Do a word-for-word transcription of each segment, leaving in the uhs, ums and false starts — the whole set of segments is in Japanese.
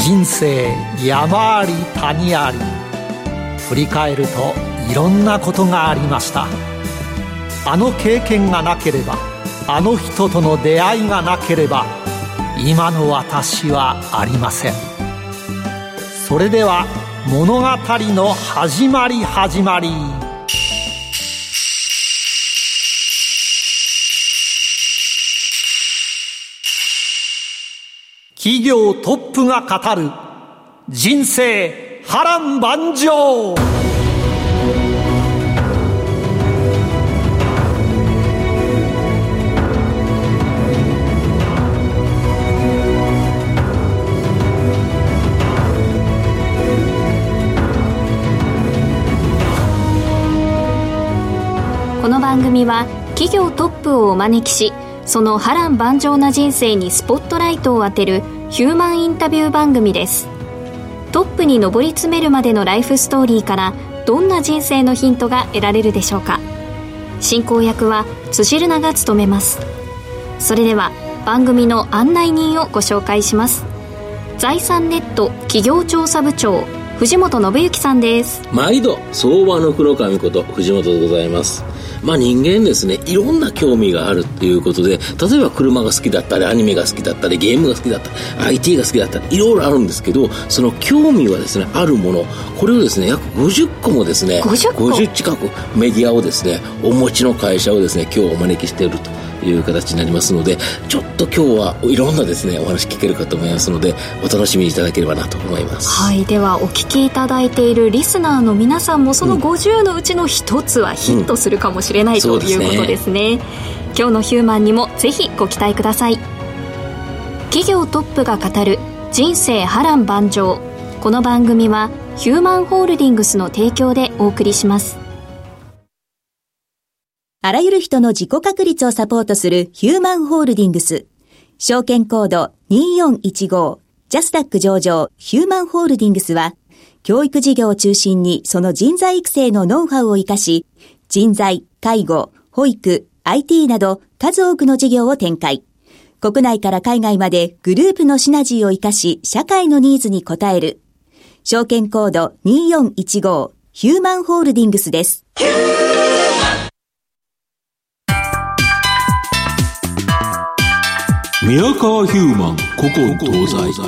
人生山あり谷あり、振り返るといろんなことがありました。あの経験がなければ、あの人との出会いがなければ、今の私はありません。それでは物語の始まり始まり。企業トップが語る人生波乱万丈。 この番組は企業トップをお招きし、その波乱万丈な人生にスポットライトを当てるヒューマンインタビュー番組です。トップに上り詰めるまでのライフストーリーからどんな人生のヒントが得られるでしょうか。進行役は辻るなが務めます。それでは番組の案内人をご紹介します。財産ネット企業調査部長、藤本信之さんです。 毎度相場の黒髪こと藤本でございます。まあ人間ですね、いろんな興味があるっていうことで、例えば車が好きだったり、アニメが好きだったり、ゲームが好きだったり、アイティー が好きだったり、いろいろあるんですけど、その興味はですね、あるもの、これをですね、約ごじゅっこもですね、 ごじゅっこごじゅう近くメディアをですね、お持ちの会社をですね、今日お招きしているという形になりますので、ちょっと今日はいろんなですね、お話聞けるかと思いますので、お楽しみいただければなと思います。 はい、ではお聞きいただいているリスナーの皆さんもそのごじゅうのうちの一つはヒットするかもしれない、うん、ということですね。今日のヒューマンにもぜひご期待ください。企業トップが語る人生波乱万丈。この番組はヒューマンホールディングスの提供でお送りします。 あらゆる人の自己確立をサポートするヒューマンホールディングス。証券コードにーよんいちご、ジャスダック上場ヒューマンホールディングスは、教育事業を中心にその人材育成のノウハウを生かし、人材、介護、保育、アイティー など数多くの事業を展開。国内から海外までグループのシナジーを生かし、社会のニーズに応える。証券コードにーよんいちご、ヒューマンホールディングスです。 宮川ヒューマン古今東西。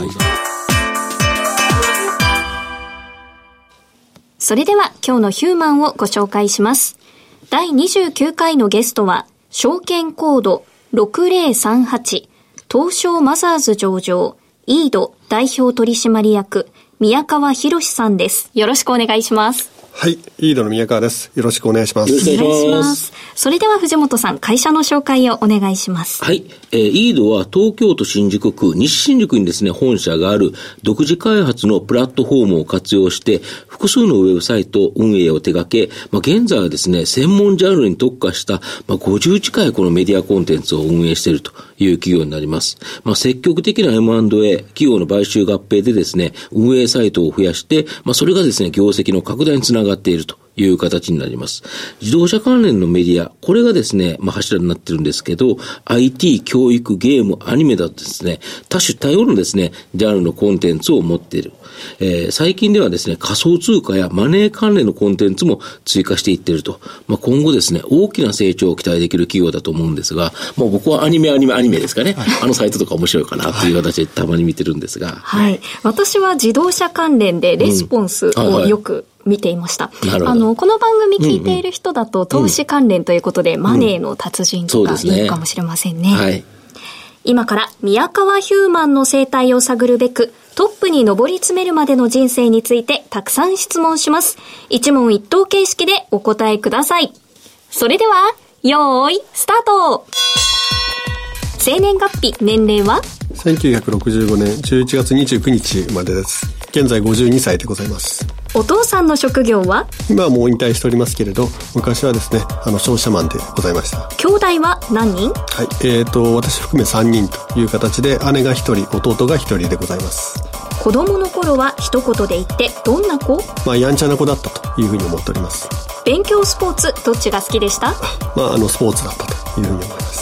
それでは今日のヒューマンをご紹介します。だいにじゅうきゅうかいのゲストは証券コードろくぜろさんはち、東証マザーズ上場イード代表取締役宮川博さんです。よろしくお願いします。 はい、イードの宮川です。よろしくお願いします。 よろしくお願いします。 それでは藤本さん、会社の紹介をお願いします。 はい、えー、イードは東京都新宿区西新宿にですね、本社がある独自開発のプラットフォームを活用して複数のウェブサイト運営を手掛け、まあ、現在はですね、専門ジャンルに特化した、まあ、ごじゅう近いこのメディアコンテンツを運営しているという企業になります。まあ、積極的な エムアンドエー、企業の買収合併でですね、運営サイトを増やして、まあ、それがですね、業績の拡大につながっているという形になります。自動車関連のメディア、これがですね、まあ、柱になってるんですけど、アイティー、教育、ゲーム、アニメだとですね、多種多様のですね、ジャンルのコンテンツを持っている。えー、最近ではですね、仮想通貨やマネー関連のコンテンツも追加していっていると。まあ、今後ですね、大きな成長を期待できる企業だと思うんですが、もう僕はアニメアニメアニメですかね。はい、あのサイトとか面白いかなという形でたまに見てるんですが。 はい。私は自動車関連でレスポンスをよく、うん、見ていました。あの、この番組聞いている人だと、うんうん、投資関連ということで、うん、マネーの達人とかいいかもしれませんね。うん、はい。今から宮川ヒューマンの生態を探るべく、トップに上り詰めるまでの人生についてたくさん質問します。一問一答形式でお答えください。それでは、よーい、スタート。生年月日、年齢はせんきゅうひゃくろくじゅうごねんじゅういちがつにじゅうくにちまでです。現在ごじゅうにさいでございます。 お父さんの職業は？ 今はもう引退しておりますけれど、昔はですね、あの商社マンでございました。 兄弟は何人？ はい、えーと私含めさんにんという形で、姉がひとり、弟がひとりでございます。 子供の頃は一言で言ってどんな子？ まあやんちゃな子だったというふうに思っております。 勉強スポーツどっちが好きでした？ まああのスポーツだったというふうに思います。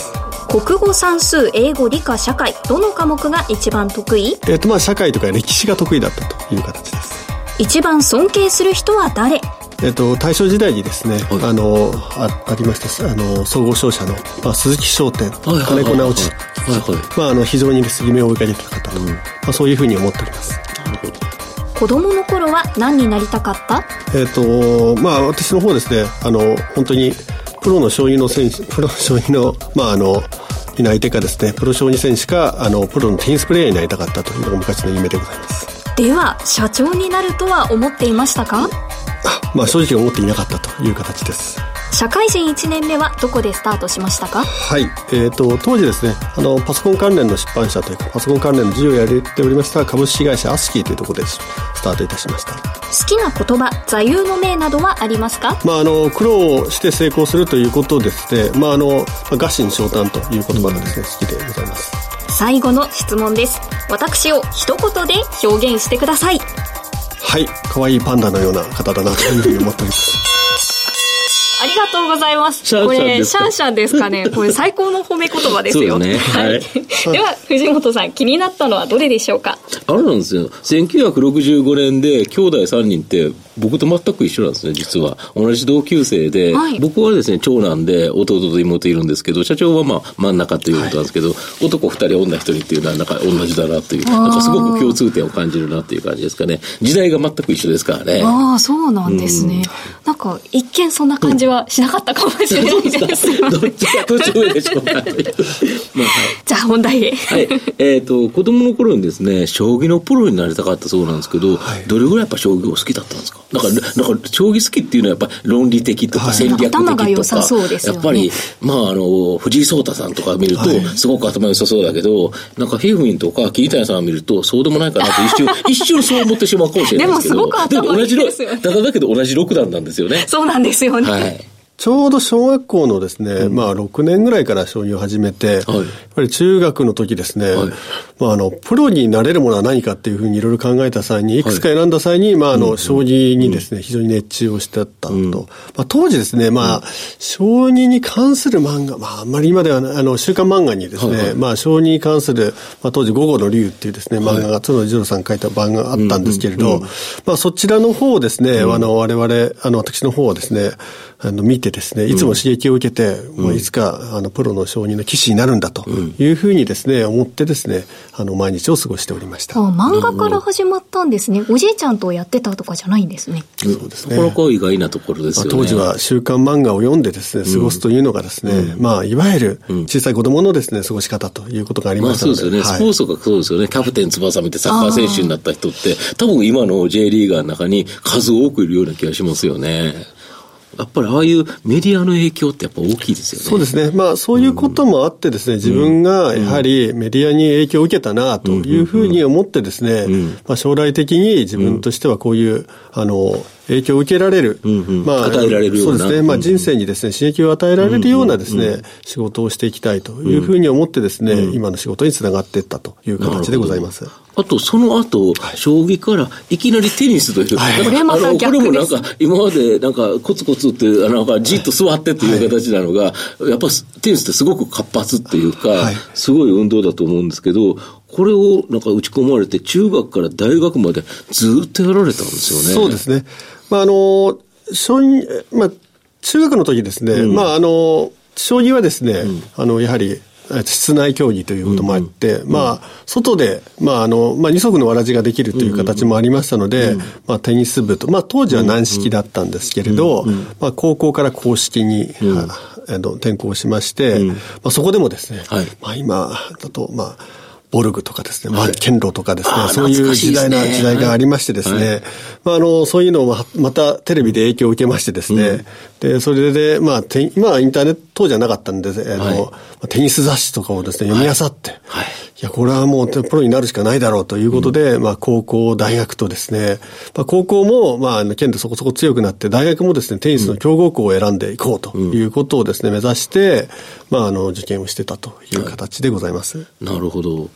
国語、算数、英語、理科、社会、どの科目が一番得意？ えっとまあ社会とか歴史が得意だったという形です。 一番尊敬する人は誰？ えっと、大正時代にですね、はい、あの あ, ありましたあの総合商社の、まあ、鈴木商店、はいはいはいはい、金子直地、はいはいまあ、あの非常に、ね、夢を追いかけてた方と、うんまあ、そういうふうに思っております。なるほど。 子供の頃は何になりたかった？ えっとまあ私の方ですね、あの本当にプロの将棋の選手、プロの将棋のまああのになり手かですね、プロ将棋選手かあのプロのテニスプレーヤーになりたかったというのが昔の夢でございます。 では社長になるとは思っていましたか？ あまあ正直思っていなかったという形です。 社会人いちねんめはどこでスタートしましたか？ はい、えーと、当時ですね、あのパソコン関連の出版社というかパソコン関連の事業をやっておりました株式会社アスキーというところでスタートいたしました。 好きな言葉、座右の銘などはありますか？ まあ、あの苦労して成功するということですね、まあ、あの臥薪嘗胆という言葉がですね、好きでございます。 最後の質問です。私を一言で表現してください。 はい、可愛いパンダのような方だなというふうに思っておりますありがとうございます。 シャンシャンこれシャンシャンですかね。これ最高の褒め言葉ですよ。 そうね、はい、 では藤本さん、気になったのはどれでしょうか？ あれなんですよ、せんきゅうひゃくろくじゅうごねんで兄弟さんにんって僕と全く一緒なんですね。実は同じ同級生で、はい、僕はですね長男で弟と妹いるんですけど、社長はまあ真ん中ということなんですけど、はい、男ふたり女ひとりっていうのはなんか同じだなという、なんかすごく共通点を感じるなっていう感じですかね。時代が全く一緒ですからね。 ああ、そうなんですね、うん、なんか一見そんな感じはしなかったかもしれないです、 うん、どっちか途中でしょうかまあ、はい、 じゃあ本題へ、 はいえー、と子供の頃にですね将棋のプロになりたかったそうなんですけど、はい、どれぐらいやっぱ将棋を好きだったんですか？なんかなんか将棋好きっていうのはやっぱり論理的とか戦略的とか、はい、頭が良さそうですよね。やっぱり、まあ、あの藤井聡太さんとか見ると、はい、すごく頭良さそうだけど、なんかひふみんとか桐谷さんを見るとそうでもないかなと一瞬一瞬そう思ってしまうかもしれないですけど、 でもすごく頭いいですよね。 だだけど同じ六段なんですよね。 そうなんですよね、 はいちょうど小学校のですね、うん、まあろくねんぐらいから将棋を始めて、はい、やっぱり中学の時ですね、はい、まああの、プロになれるものは何かっていうふうにいろいろ考えた際に、いくつか選んだ際に、はい、まああの、うん、将棋にですね、非常に熱中をしてたと。うん、まあ当時ですね、まあ、うん、将棋に関する漫画、まああんまり今では、あの、週刊漫画にですね、はいはい、まあ将棋に関する、まあ当時午後の竜っていうですね、漫画が、角田二郎さん書いた漫画があったんですけれど、うんうんうん、まあそちらの方をですね、うん、あの、我々、あの、私の方はですね、あの見てですね、いつも刺激を受けて、うん、もういつかあのプロの将棋の棋士になるんだというふうにですね、思ってですね、あの毎日を過ごしておりました。 あ、漫画から始まったんですね。おじいちゃんとやってたとかじゃないんですね。 そうですね。 なかなか意外なところですよね。 当時は週刊漫画を読んでですね、過ごすというのがですね、うん、まあいわゆる小さい子供のですね、過ごし方ということがありましたので。 まあそうですよね。はい、スポーツとかそうですよね。キャプテン翼見てサッカー選手になった人って多分今の J リーガーの中に数多くいるような気がしますよね。やっぱりああいうメディアの影響ってやっぱ大きいですよね。 そうですね。まあそういうこともあってですね、うん、自分がやはりメディアに影響を受けたなというふうに思ってですね、うんうん、まあ将来的に自分としてはこういう、あの、影響を受けられる、 うんうん、まあ、与えられるような。 そうですね。まあ人生にですね、刺激を与えられるようなですね、うんうん、仕事をしていきたいというふうに思ってですね、うん、今の仕事につながっていったという形でございます。 あと、その後、はい、将棋からいきなりテニスという、はい、 これまた逆です。 これもなんか、今までなんかコツコツって、なんかじっと座ってっていう形なのが、はい、やっぱテニスってすごく活発っていうか、はい、すごい運動だと思うんですけど、これをなんか打ち込まれて中学から大学までずっとやられたんですよね。 そうですね。まあ、あの、将棋、まあ、中学の時ですね、うん、まあ、あの、将棋はですね、うん、あの、やはり、室内競技ということもあって、うんうん、まあ、外で、まあ、あの、まあ、二足のわらじができるという形もありましたので、うんうん、まあ、テニス部と、まあ、当時は軟式だったんですけれど、うんうん、まあ、高校から硬式に、うん、あの転校しまして、うん、まあ、そこでもですね、はい、まあ、今だと、まあ、ボルグとかですね、まあ、剣道とかですね、はい、そういう時代な、時代がありましてですね、はい、まあ、あの、そういうのをまたテレビで影響を受けましてですね、うん、で、それで、まあ、今はインターネット当時はなかったんで、あの、はい、テニス雑誌とかをですね、読み漁って、はいはい、いや、これはもうプロになるしかないだろうということで、うん、まあ、高校、大学とですね、まあ、高校も、まあ、剣でそこそこ強くなって、大学もですね、テニスの強豪校を選んでいこうということをですね、目指して、まあ、あの、受験をしてたという形でございます。 はい、なるほど。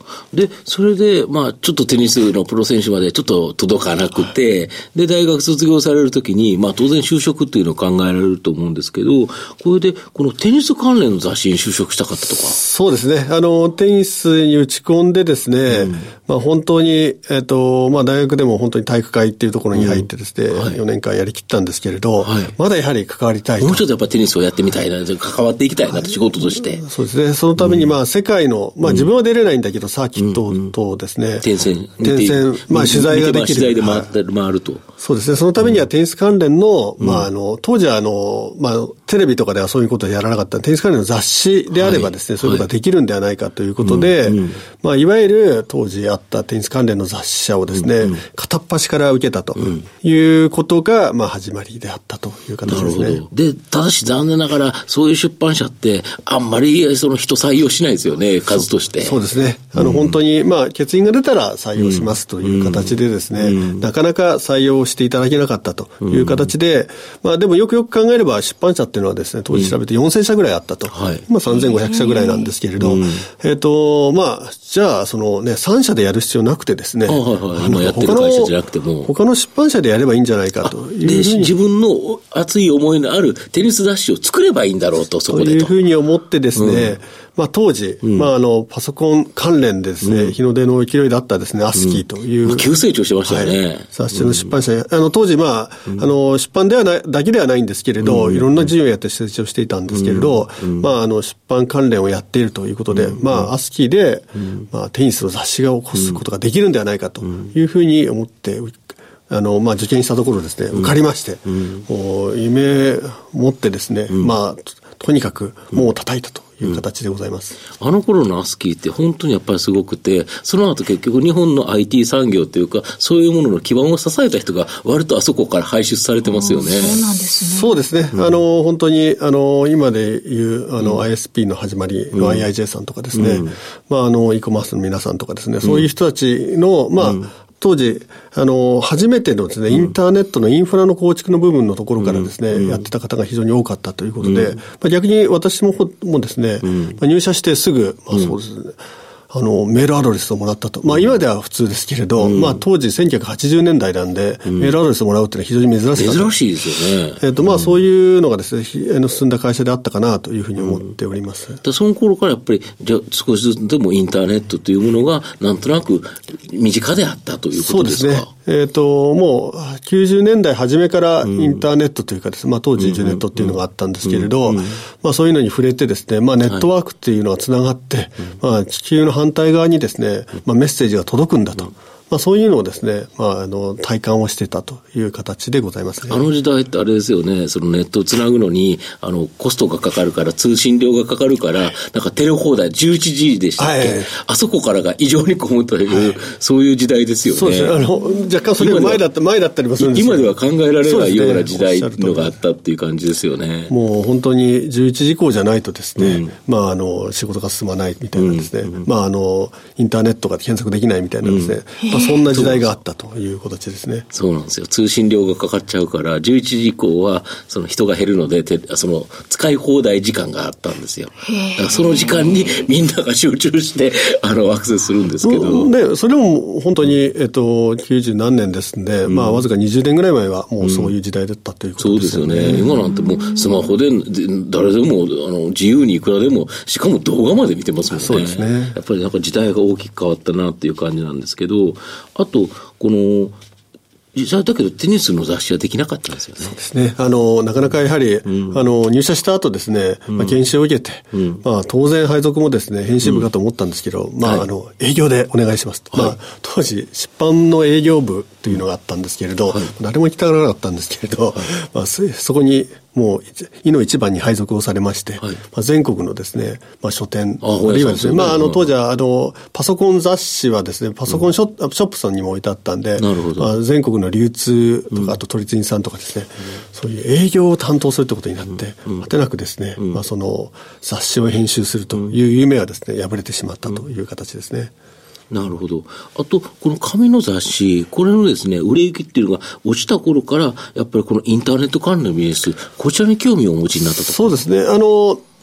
で、それで、まあ、ちょっとテニスのプロ選手までちょっと届かなくて、はい、で、大学卒業されるときに、まあ、当然就職っていうのを考えられると思うんですけど、これで、このテニス関連の雑誌に就職したかったとか。 そうですね。あの、テニスに打ち込んでですね、うん、まあ、本当に、えっと、まあ、大学でも本当に体育会っていうところに入ってですね、うんはい、よねんかんやりきったんですけれど、はい、まだやはり関わりたいと。 もうちょっとやっぱテニスをやってみたいな、関わっていきたいなと、仕事として。 そうですね。そのために、まあ、世界の、まあ、自分は出れないんだけど、サーキットとですね、 転戦。 転戦、まあ、取材ができる。 取材で回ってる、回ると。 そうですね。そのためにはテニス関連の、まあ、あの、当時はあの、まあ、テレビとかではそういうことをやらなかったテニス関連の雑誌であればですね、はい、そういうことができるんではないかということで、はいうんうん、まあ、いわゆる当時あったテニス関連の雑誌社をですね、うんうん、片っ端から受けたということが、まあ、始まりであったという形ですね。 なるほど。で、ただし残念ながら、そういう出版社って、あんまりその人採用しないですよね、数として。 そ, そうですね。あの、うん、本当に、まあ、欠員が出たら採用しますという形でですね、うんうん、なかなか採用していただけなかったという形で、うん、まあ、でもよくよく考えれば出版社っていうのはですね、当時調べてよんせんしゃぐらいあったと。うんはい、今さんぜんごひゃくしゃぐらいなんですけれど、うん、えっと、まあ、じゃあ、そのね、さんしゃでやる必要なくてですね、 あはいはい、今やってる会社じゃなくても、 他の出版社でやればいいんじゃないかというで、自分の熱い思いのあるテニス雑誌を作ればいいんだろうと、そこでと。 というふうに思ってですね、うんまあ、当時、うん、まあ、あの、パソコン関連でですね、うん、日の出の勢いだったですね、アスキーという。 うん、急成長してましたよね。 はい、雑誌の出版社、うん、あの、当時、まあ、うん、あの、出版ではない、だけではないんですけれど、うん、いろんな事業をやって成長していたんですけれど、うん、まあ、あの、出版関連をやっているということで、うん、まあ、アスキーで、うん、まあ、テニスの雑誌が起こすことができるんではないかというふうに思って、あの、まあ、受験したところですね、受かりまして、うん、もう夢持ってですね、うん、まあ、とにかく、もう叩いたと。いう形でございます、 うん、あの頃のアスキーって本当にやっぱりすごくて、その後結局日本の アイティー 産業というか、そういうものの基盤を支えた人が割とあそこから輩出されてますよね。 そうなんですね。 そうですね。うん、あの、本当に、あの、今でいう、あの、うん、アイエスピー の始まりの アイアイジェー さんとかですね、うん、まあ、あの、e コマースの皆さんとかですね、そういう人たちの、まあ、うん当時、あの、初めてのですね、インターネットのインフラの構築の部分のところからですね、うん、やってた方が非常に多かったということで、うんまあ、逆に私ももですね、うんまあ、入社してすぐ、まあそうですね、うんあの、メールアドレスをもらったと。まあ今では普通ですけれど、うん、まあ当時せんきゅうひゃくはちじゅうねんだいなんで、うん、メールアドレスをもらうっていうのは非常に珍しかった。 珍しいですよね。 えっと、まあそういうのがですね、進んだ会社であったかなというふうに思っております。 うん、その頃からやっぱり、じゃ少しずつでもインターネットというものがなんとなく身近であったということですか。そうですね。 えっと、もうきゅうじゅうねんだい初めからインターネットというかですね、まあ当時ジュネットっていうのがあったんですけれど、まあそういうのに触れてですね、まあネットワークっていうのがつながって、はい、まあ地球の反対側にですね、まあ、メッセージが届くんだと、まあ、そういうのをですね、まあ、あの体感をしてたという形でございますね。 あの時代ってあれですよね、そのネットをつなぐのにあのコストがかかるから通信料がかかるから、はい、なんかテレ放題じゅういちじでしたっけ、はい、あそこからが異常に混むという、はい、そういう時代ですよね。 そうですね。あの若干それが前だった前だったりもするんですけど、 今では考えられないような時代のがあったっていう感じですよね。 もう本当にじゅういちじ以降じゃないとですね、うん、まああの仕事が進まないみたいなですね、うんうん、まああのインターネットが検索できないみたいなですね、うんまあ、そんな時代があったという形ですね。 そうなんですよ。通信料がかかっちゃうからじゅういちじ以降はその人が減るのでその使い放題時間があったんですよ。だからその時間にみんなが集中してあのアクセスするんですけど、 でそれも本当に、えっと、きゅうじゅう何年ですんで、うん、まあわずかにじゅうねんぐらい前はもうそういう時代だったということですよね。 うん、そうですよね。今なんてもうスマホで誰でもあの自由にいくらでもしかも動画まで見てますもんね。 そうですね。 やっぱりなんか時代が大きく変わったなっていう感じなんですけど、あとこの実際だけどテニスの雑誌はできなかったんですよね。 そうですね。あの、なかなかやはり、うん、あの、入社した後ですね、まあ、研修を受けて、うん、まあ、当然配属もですね、編集部かと思ったんですけど、うん、まあ、はい、あの、営業でお願いしますと。はい、まあ、当時、出版の営業部というのがあったんですけれど、はい、誰も行きたがらなかったんですけれど、はい、まあ、そ, そこに、もう、いの一番に配属をされまして、はい、まあ、全国のですね、まあ、書店、あ, あるいはですね、まあ、あの、当時は、あの、パソコン雑誌はですね、パソコンショ,、うん、ショップさんにも置いてあったんで、なるほど、まあ、全国の流通とか、うん、あと取次さんとかですね、うん、そういう営業を担当するということになって、うん、果てなくですね、うん、まあ、その、雑誌を編集するという夢はですね、破れてしまったという形ですね。 なるほど。あと、この紙の雑誌、これのですね、売れ行きっていうのが落ちた頃から、やっぱりこのインターネット関連のビジネス、こちらに興味をお持ちになったと。 そうですね。あの、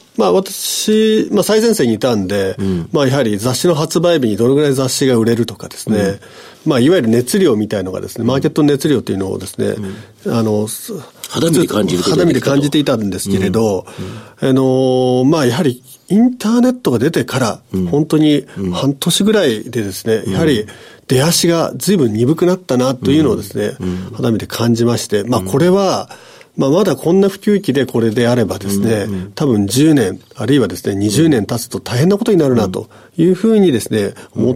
まあ私、まあ最前線にいたんで、うん、まあやはり雑誌の発売日にどのぐらい雑誌が売れるとかですね、うん、まあいわゆる熱量みたいのがですね、マーケットの熱量というのをですね、うん、あの、 肌身で感じる肌身で感じていたんですけれど、うんうん、あの、まあやはりインターネットが出てから、うん、本当に半年ぐらいでですね、うん、やはり出足が随分鈍くなったなというのをですね、うん、肌身で感じまして、まあこれは、まあまだこんな普及期でこれであればですね、うんうん、多分じゅうねん、あるいはですね、にじゅうねん経つと大変なことになるなというふうにですね、思って、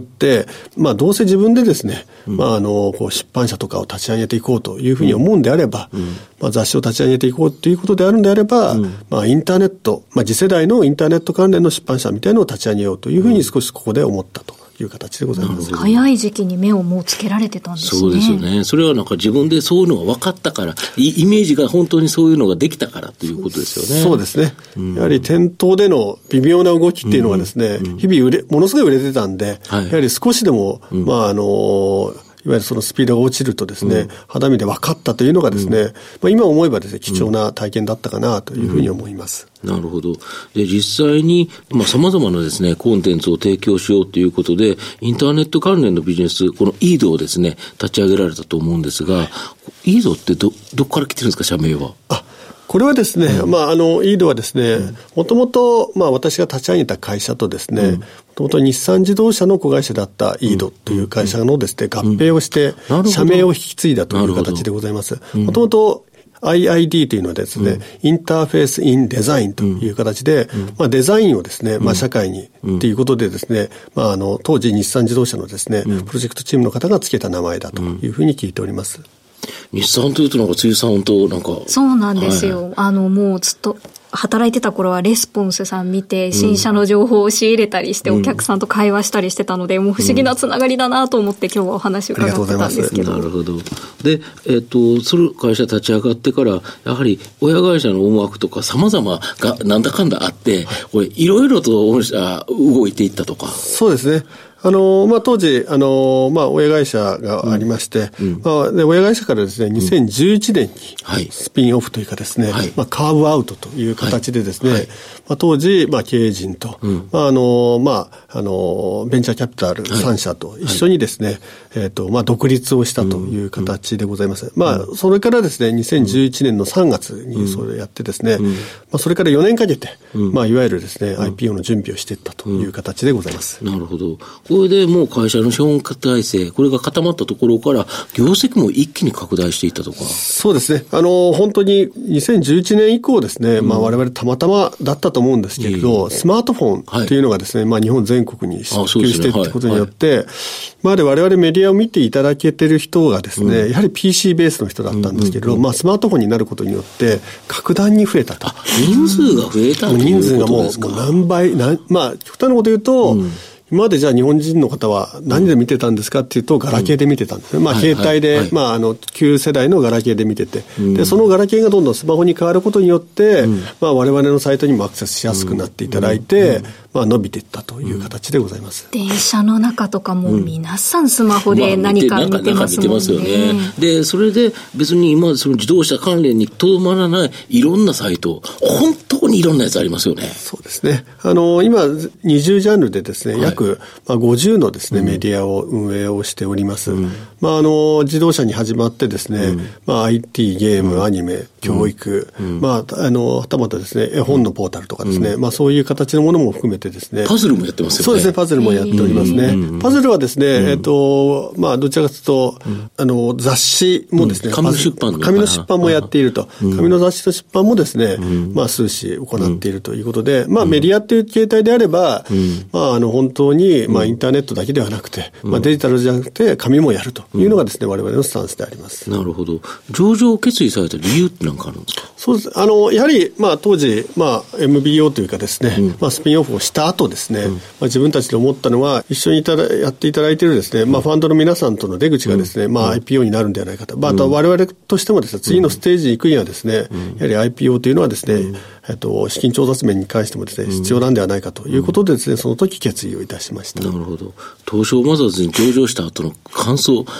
まあどうせ自分でですね、まああの、こう出版社とかを立ち上げていこうというふうに思うんであれば、まあ雑誌を立ち上げていこうということであるんであれば、まあインターネット、まあ次世代のインターネット関連の出版社みたいなのを立ち上げようというふうに少しここで思ったという形でございます。 早い時期に目をもうつけられてたんですね。 そうですよね。それはなんか自分でそういうのが分かったから、イメージが本当にそういうのができたからということですよね。 そうですね。うん、やはり店頭での微妙な動きっていうのがですね、うんうん、日々売れ、ものすごい売れてたんで、はい、やはり少しでも、うん、まああの、いわゆるそのスピードが落ちるとですね、うん、肌身で分かったというのがですね、うん、まあ、今思えばですね、貴重な体験だったかなというふうに思います。 うん、なるほど。で、実際に、まあ、様々なですね、コンテンツを提供しようということで、インターネット関連のビジネス、このイードをですね、立ち上げられたと思うんですが、イードってど、どこから来てるんですか、社名は。 あ、これはですね、うん、まあ、あの、イードはですね、もともと、まあ、私が立ち上げた会社とですね、もともと日産自動車の子会社だったイードという会社のですね、合併をして、社名を引き継いだという形でございます。もともと、アイアイディー というのはですね、うん、インターフェースインデザインという形で、うん、まあデザインをですね、まあ社会に、うん、っていうことでですね、まああの、当時日産自動車のですね、うん、プロジェクトチームの方が付けた名前だというふうに聞いております。 うん、日産というとなんか、辻さん本当なんか。 そうなんですよ。はい、あの、もうずっと、働いてた頃はレスポンスさん見て新車の情報を仕入れたりしてお客さんと会話したりしてたので、もう不思議なつながりだなと思って今日はお話を伺ってたんですけど。 なるほど。で、えっと、その会社立ち上がってから、やはり親会社の思惑とか様々がなんだかんだあって、これいろいろと御社動いていったとか。 そうですね。あの、まあ、当時、あの、まあ、親会社がありまして、うんうん、まあ、で、親会社からですね、にせんじゅういちねんにスピンオフというかですね、はい、まあ、カーブアウトという形でですね、はいはい、まあ、当時、まあ、経営陣と、うん、まあ、あの、まあ、あの、ベンチャーキャピタルさん社と一緒にですね、はい、えっと、まあ、独立をしたという形でございます。うん、まあ、それからですね、にせんじゅういちねんのさんがつにそれをやってですね、うん、まあ、それからよねんかけて、うん、まあ、いわゆるですね、アイピーオー の準備をしていったという形でございます。 うん、なるほど。これでもう会社の資本体制、これが固まったところから、業績も一気に拡大していったとか。 そうですね。あの、本当ににせんじゅういちねん以降ですね、うん、まあ我々たまたまだったと思うんですけれど、スマートフォンっていうのがですね、はい、まあ日本全国に普及していくことによって、はいはい、まあで我々メディアを見ていただけてる人がですね、うん、やはり ピーシー ベースの人だったんですけれど、うんうんうん、まあスマートフォンになることによって、格段に増えたと。 人数が増えたということですか。人数がもう、 もう何倍、何まあ極端なこと言うと、うん、今までじゃあ日本人の方は何で見てたんですかっていうと、ガラケーで見てたんですね。うん、まあ携帯で、はいはい、まああの、旧世代のガラケーで見てて、うん、で、そのガラケーがどんどんスマホに変わることによって、うん、まあ我々のサイトにもアクセスしやすくなっていただいて、うんうん、まあ伸びていったという形でございます。 電車の中とかも皆さんスマホで何か見てますもんね。まあ、見てますよね。 で、それで別に今その自動車関連にとどまらないいろんなサイト、本当にいろんなやつありますよね。 そうですね。あの、今にじゅうジャンルでですね、はい、約、まあ、ごじゅうのですね、メディアを運営をしております。うん、まあ、あの、自動車に始まってですね、うん、まあ、アイティー、ゲーム、アニメ、教育、うん、まあ、あの、はたまたですね、絵本のポータルとかですね、うん、まあ、そういう形のものも含めてですね。 パズルもやってますよね。 そうですね、パズルもやっておりますね。うん、パズルはですね、うん、えっと、まあ、どちらかというと、うん、あの、雑誌もですね、うん、 紙の出版の。 紙の出版もやっていると。うん、紙の雑誌の出版もですね、うん、まあ、数紙行っているということで、うん、まあ、メディアっていう形態であれば、うん、まあ、あの、本当に、まあ、インターネットだけではなくて、うん、まあ、デジタルじゃなくて、紙もやるというのがですね、うん、我々のスタンスであります。 なるほど。上場を決意された理由って何かあるんですか？ そうです。あの、やはり、まあ、当時、まあ、エムビーオー というかですね、うん、まあ、スピンオフをした後ですね、うん、まあ、自分たちで思ったのは、一緒にいただやっていただいているですね、まあ、ファンドの皆さんとの出口がですね、うん、まあ、アイピーオー になるんではないかと。まあ、あと我々としてもですね、次のステージに行くにはですね、うん、やはり アイピーオー というのはですね、うん、えっと、資金調達面に関してもですね、必要なんではないかということでですね、その時決意をいたしました。 なるほど。東証マザーズに上場した後の感想、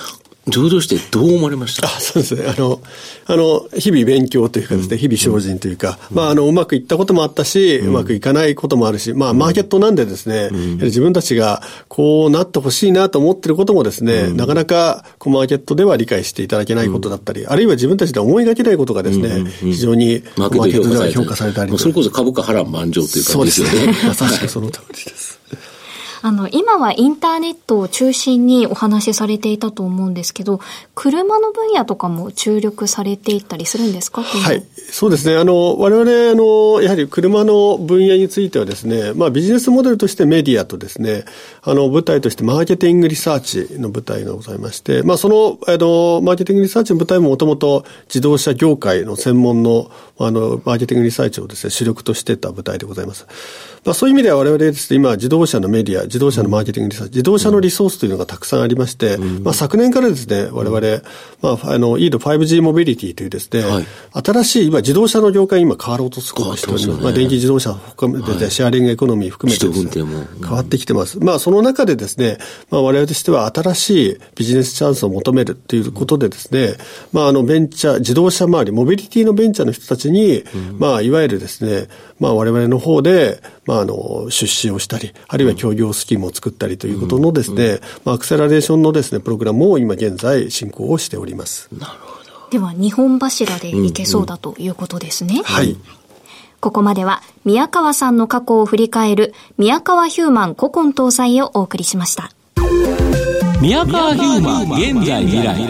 上場してどう思われました？ あ、そうですね。あの、あの、日々勉強というかですね、うん、日々精進というか、うん、まあ、あの、うまくいったこともあったし、うん、うまくいかないこともあるし、まあ、マーケットなんでですね、うん、自分たちがこうなってほしいなと思っていることもですね、うん、なかなか、こう、マーケットでは理解していただけないことだったり、うん、あるいは自分たちで思いがけないことがですね、うんうんうん、非常にマーケットでは評価されたりと。 それこそ株価波乱万丈という感じですよね。 そうですね。まさしくその通りです。 あの、今はインターネットを中心にお話しされていたと思うんですけど、車の分野とかも注力されていったりするんですか？ はい。そうですね。あの、我々、あの、やはり車の分野についてはですね、まあビジネスモデルとしてメディアとですね、あの、舞台としてマーケティングリサーチの舞台がございまして、まあその、あの、マーケティングリサーチの舞台ももともと自動車業界の専門の、あの、マーケティングリサーチをですね、主力としてた舞台でございます。まあそういう意味では我々ですね、今自動車のメディア、自動車のマーケティングリサーチ、自動車のリソースというのがたくさんありまして、うん、まあ昨年からですね、我々、まああの、イード ファイブジー モビリティというですね、はい、新しい今自動車の業界今変わろうとすごくしております。まあ電気自動車含めて、はい、シェアリングエコノミー含めてですね、変わってきてます。まあその中でですね、まあ我々としては新しいビジネスチャンスを求めるということでですね、まああのベンチャー、自動車周り、モビリティのベンチャーの人たちに、うん、まあいわゆるですね、まあ我々の方で、まああの、出資をしたり、あるいは協業スキームを作ったりということのですね、うんうん、まあアクセラレーションのですね、プログラムを今現在進行をしております。 なるほど。 では日本柱でいけそうだということですね。うんうん、 はい。 ここまでは宮川さんの過去を振り返る宮川ヒューマン古今東西をお送りしました。 宮川ヒューマン現在未来。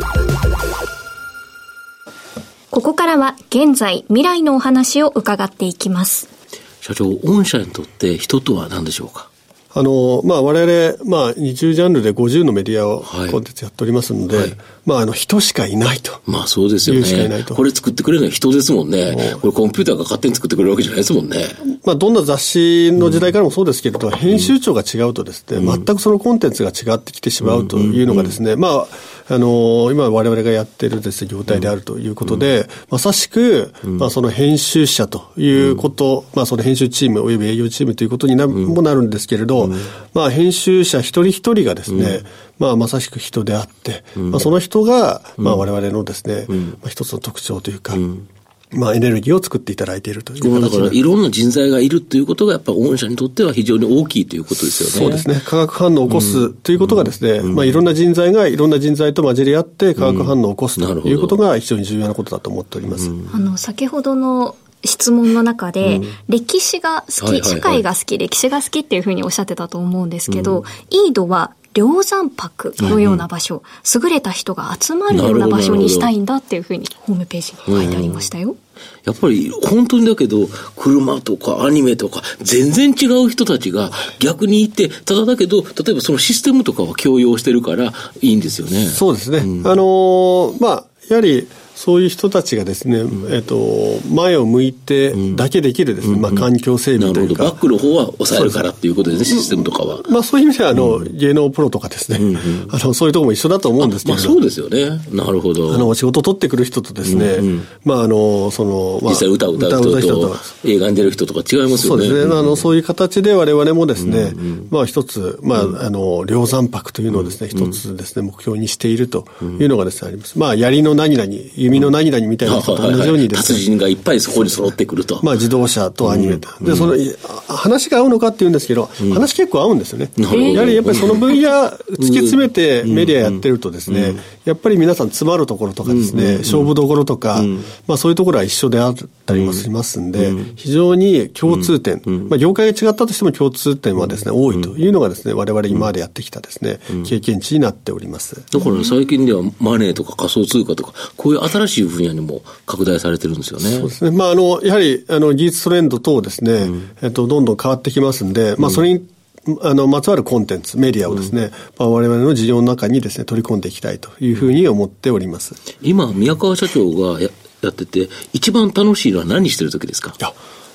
ここからは現在未来のお話を伺っていきます。 社長、御社にとって人とは何でしょうか？ あの、まあ、我々、まあ、にじゅうジャンルでごじゅうのメディアをコンテンツやっておりますので、はいはい、まあ、あの、人しかいないと。 まあ、そうですよね。しかいないと。これ作ってくれるのは人ですもんね。これコンピューターが勝手に作ってくれるわけじゃないですもんね。 まあ、どんな雑誌の時代からもそうですけれど、うん、編集長が違うとですね、うん、全くそのコンテンツが違ってきてしまうというのがですね、うんうんうん、まあ、あの、今我々がやっているですね、業態であるということで、うん、まさしく、うん、まあ、その編集者ということ、うん、まあ、その編集チームおよび営業チームということにな、うん、もなるんですけれど、うん、まあ、編集者一人一人がですね、うん、まあ、まさしく人であって、うん、まあ、その人が、まあ、我々のですね、うん、まあ、一つの特徴というか、うん、まあ、エネルギーを作っていただいているという形で。 だから、いろんな人材がいるということが、やっぱり御社にとっては非常に大きいということですよね。 そうですね。化学反応を起こすということがですね、うんうん、まあ、いろんな人材がいろんな人材と混じり合って化学反応を起こすということが非常に重要なことだと思っております。うん、 あの、先ほどの質問の中で、うん、歴史が好き、はいはいはい、社会が好き、歴史が好きっていうふうにおっしゃってたと思うんですけど、うん、イードは梁山泊のような場所、うん、優れた人が集まるような場所にしたいんだっていうふうにホームページに書いてありましたよ。うん、 やっぱり本当にだけど車とかアニメとか全然違う人たちが逆にいて、ただだけど例えばそのシステムとかは共用してるからいいんですよね。 そうですね。うん、あのー、まあやはりそういう人たちがですね、うん、えっと、前を向いてだけできるですね、うん、まあ環境整備というか。 なるほど。バックの方は抑えるからっていうことですね、システムとかは。 まあそういう意味では、あの、うん、芸能プロとかですね、うんうん、あの、そういうところも一緒だと思うんですけど。 まあそうですよね。なるほど。 あの、仕事を取ってくる人とですね、うんうん、まああの、その、まあ、 実際歌を歌う人と、人と映画に出る人とか違いますよね。 そうですね。うん、あの、そういう形で我々もですね、うんうん、まあ一つ、まあ、うん、あの、梁山泊というのをですね、一つですね、目標にしているというのがですね、あります。まあ、槍の何々、弓の何々みたいな、同じようにですね、 達人がいっぱいそこに揃ってくると。 まあ自動車とアニメと。うん、で、その、話が合うのかって言うんですけど、うん、話結構合うんですよね。やはりやっぱりその分野突き詰めてメディアやってるとですね、うんうん、やっぱり皆さん詰まるところとかですね、うんうん、勝負どころとか、うん、まあそういうところは一緒であったりもしますんで、うん、非常に共通点、うん、まあ業界が違ったとしても共通点はですね、多いというのがですね、我々今までやってきたですね、うん、経験値になっております。 だから最近ではマネーとか仮想通貨とか、こういう新しい分野にも拡大されてるんですよね。 そうですね。まあ、あの、やはり、あの、技術トレンド等ですね、うん、えっと、どんどん変わってきますんで、まあ、それに、あの、まつわるコンテンツ、メディアをですね、うん、まあ、我々の事業の中にですね、取り込んでいきたいというふうに思っております。 今、宮川社長がや、やってて、一番楽しいのは何してる時ですか？ いや、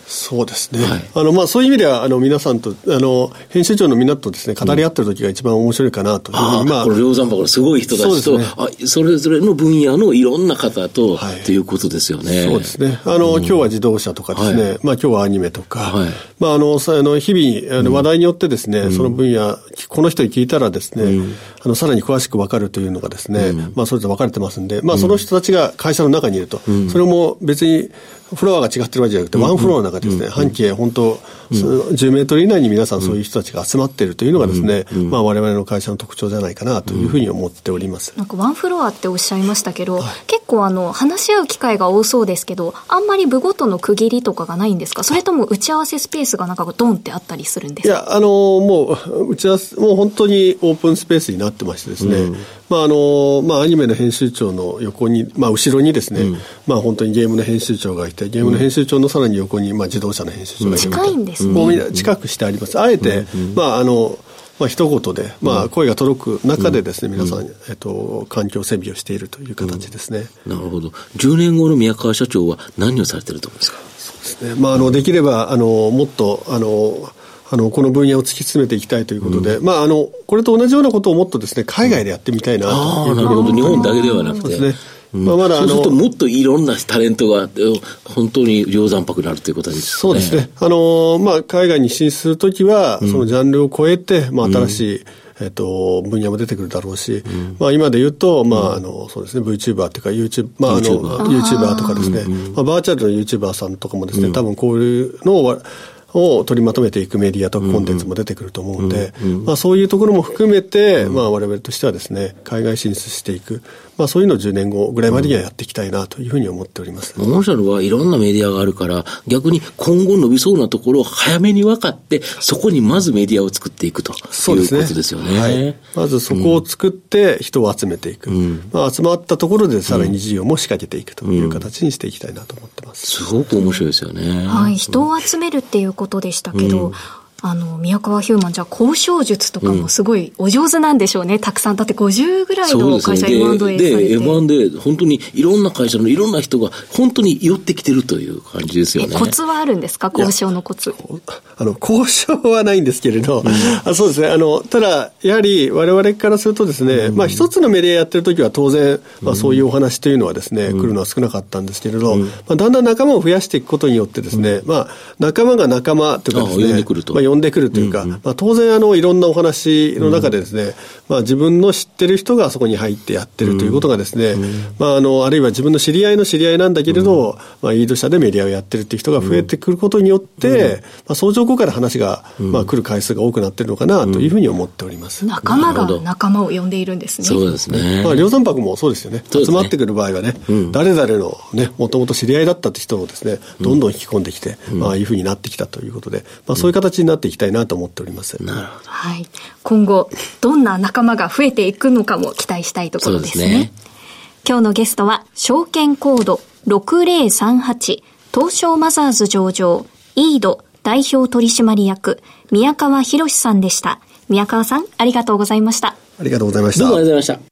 そうですね。はい、あの、まあ、そういう意味では、あの、皆さんと、あの、編集長のみんなとですね、語り合ってる時が一番面白いかなというふうに、うん、まあ、 この梁山泊のすごい人たちと、そ、ね、あ、それぞれの分野のいろんな方と、はい、っていうことですよね。 そうですね。あの、うん、今日は自動車とかですね、はい、まあ、今日はアニメとか、はい、まあ、あの、さあの日々、あの話題によってですね、うん、その分野、この人に聞いたらですね、うん、あの、さらに詳しく分かるというのがですね、うん、まあ、それぞれ分かれてますんで、まあ、その人たちが会社の中にいると、うん、それも別に、フロアが違ってるわけじゃなくて、ワンフロアの中でですね、半径本当、じゅうメートル以内に皆さんそういう人たちが集まっているというのがですね、まあ我々の会社の特徴じゃないかなというふうに思っております。 なんかワンフロアっておっしゃいましたけど、はい、結構あの、話し合う機会が多そうですけど、あんまり部ごとの区切りとかがないんですか？それとも打ち合わせスペースがなんかドンってあったりするんですか？ いや、あの、もう、打ち合わせ、もう本当にオープンスペースになってましてですね、うん、まああの、まあアニメの編集長の横に、まあ後ろにですね、うん、まあ本当にゲームの編集長がいて、ゲームの編集長のさらに横に、まあ、自動車の編集長がいる近いんですね。 もうみんな近くしてあります。あえて、うん、まああのまあ一言で、まあ、声が届く中でですね、うん、皆さん、えっと、環境整備をしているという形ですね。 うん、なるほど。じゅうねんごの宮川社長は何をされていると思うんですか？ そうですね。まああのできればあのもっとあのあのこの分野を突き詰めていきたいということで、うん、まああのこれと同じようなことをもっとですね海外でやってみたいなという、うん、 ああなるほど。日本だけではなくて。そうですね。うんまあ、まだあのそうするともっといろんなタレントが本当に梁山泊になるということですね。 そうですね。あの、まあ、海外に進出するときは、そのジャンルを超えて、まあ、新しい、えっと、分野も出てくるだろうし、うん、まあ、今で言うと、まあ、あの、そうですね、VTuber というか、YouTube、まあ、あの、YouTuber とかですね、まあ、バーチャルの YouTuber さんとかもですね、多分こういうのを、を取りまとめていくメディアとかコンテンツも出てくると思うんで、うんうんまあ、そういうところも含めて、うんまあ、我々としてはですね海外進出していく、まあ、そういうのをじゅうねんごぐらいまでにはやっていきたいなというふうに思っております。 モンシャルはいろんなメディアがあるから逆に今後伸びそうなところを早めに分かってそこにまずメディアを作っていくということですよね。 はい、まずそこを作って人を集めていく、うんまあ、集まったところでさらに事業も仕掛けていくという形にしていきたいなと思ってます。 うん、すごく面白いですよね。 はい、人を集めるっていうことでしたけど、うんあの宮川ヒューマンじゃあ交渉術とかもすごいお上手なんでしょうね、うん、たくさんだってごじゅうぐらいの会社 エムアンドエー されて、 で エムアンドエー 本当にいろんな会社のいろんな人が本当に寄ってきてるという感じですよね。 コツはあるんですか？交渉のコツ。 あの交渉はないんですけれど、うん、あそうですねあのただやはり我々からするとですね、うんまあ、一つのメディアやってる時は当然、まあ、そういうお話というのはですね、うん、来るのは少なかったんですけれど、うんまあ、だんだん仲間を増やしていくことによってですね、うんまあ、仲間が仲間というかですね呼んでくると、 まあ、呼んでくるというか、うんまあ、当然あのいろんなお話の中でですね、うんまあ、自分の知ってる人がそこに入ってやってるということがですね、うんまあ、あのあるいは自分の知り合いの知り合いなんだけれど、うんまあ、イード社でメディアをやってるっていう人が増えてくることによって、うんまあ、相乗効果で話が、まあ、来る回数が多くなってるのかなというふうに思っております。 仲間が仲間を呼んでいるんですね。 そうですね。 まあ、梁山泊もそうですよね。集まってくる場合はね、うん、誰々のねもともと知り合いだったって人をですねどんどん引き込んできて、うんまあ、ああいうふうになってきたということで、まあ、そういう形になっていきたいなと思っております。 うん、なるほど。 はい、今後どんな仲間が増えていくのかも期待したいところですね。そうですね。今日のゲストは証券コードろくぜろさんはち東証マザーズ上場イード代表取締役宮川博さんでした。宮川さんありがとうございました。 ありがとうございました。 どうもありがとうございました。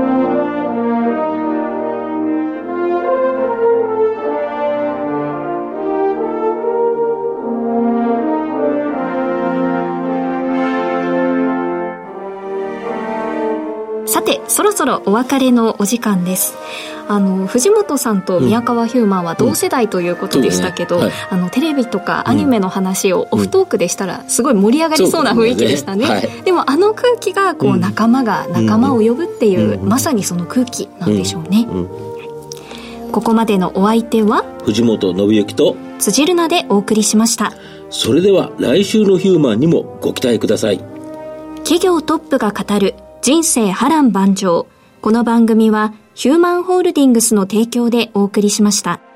さてそろそろお別れのお時間です。あの藤本さんと宮川ヒューマンは同世代ということでしたけど、うんうんねはい、あのテレビとかアニメの話をオフトークでしたらすごい盛り上がりそうな雰囲気でしたね、うんねはい、でもあの空気がこう仲間が仲間を呼ぶっていう、うん、まさにその空気なんでしょうね、うんうん、ここまでのお相手は藤本信之と辻るなでお送りしました。 それでは来週のヒューマンにもご期待ください。 企業トップが語る人生波乱万丈。この番組はヒューマンホールディングスの提供でお送りしました。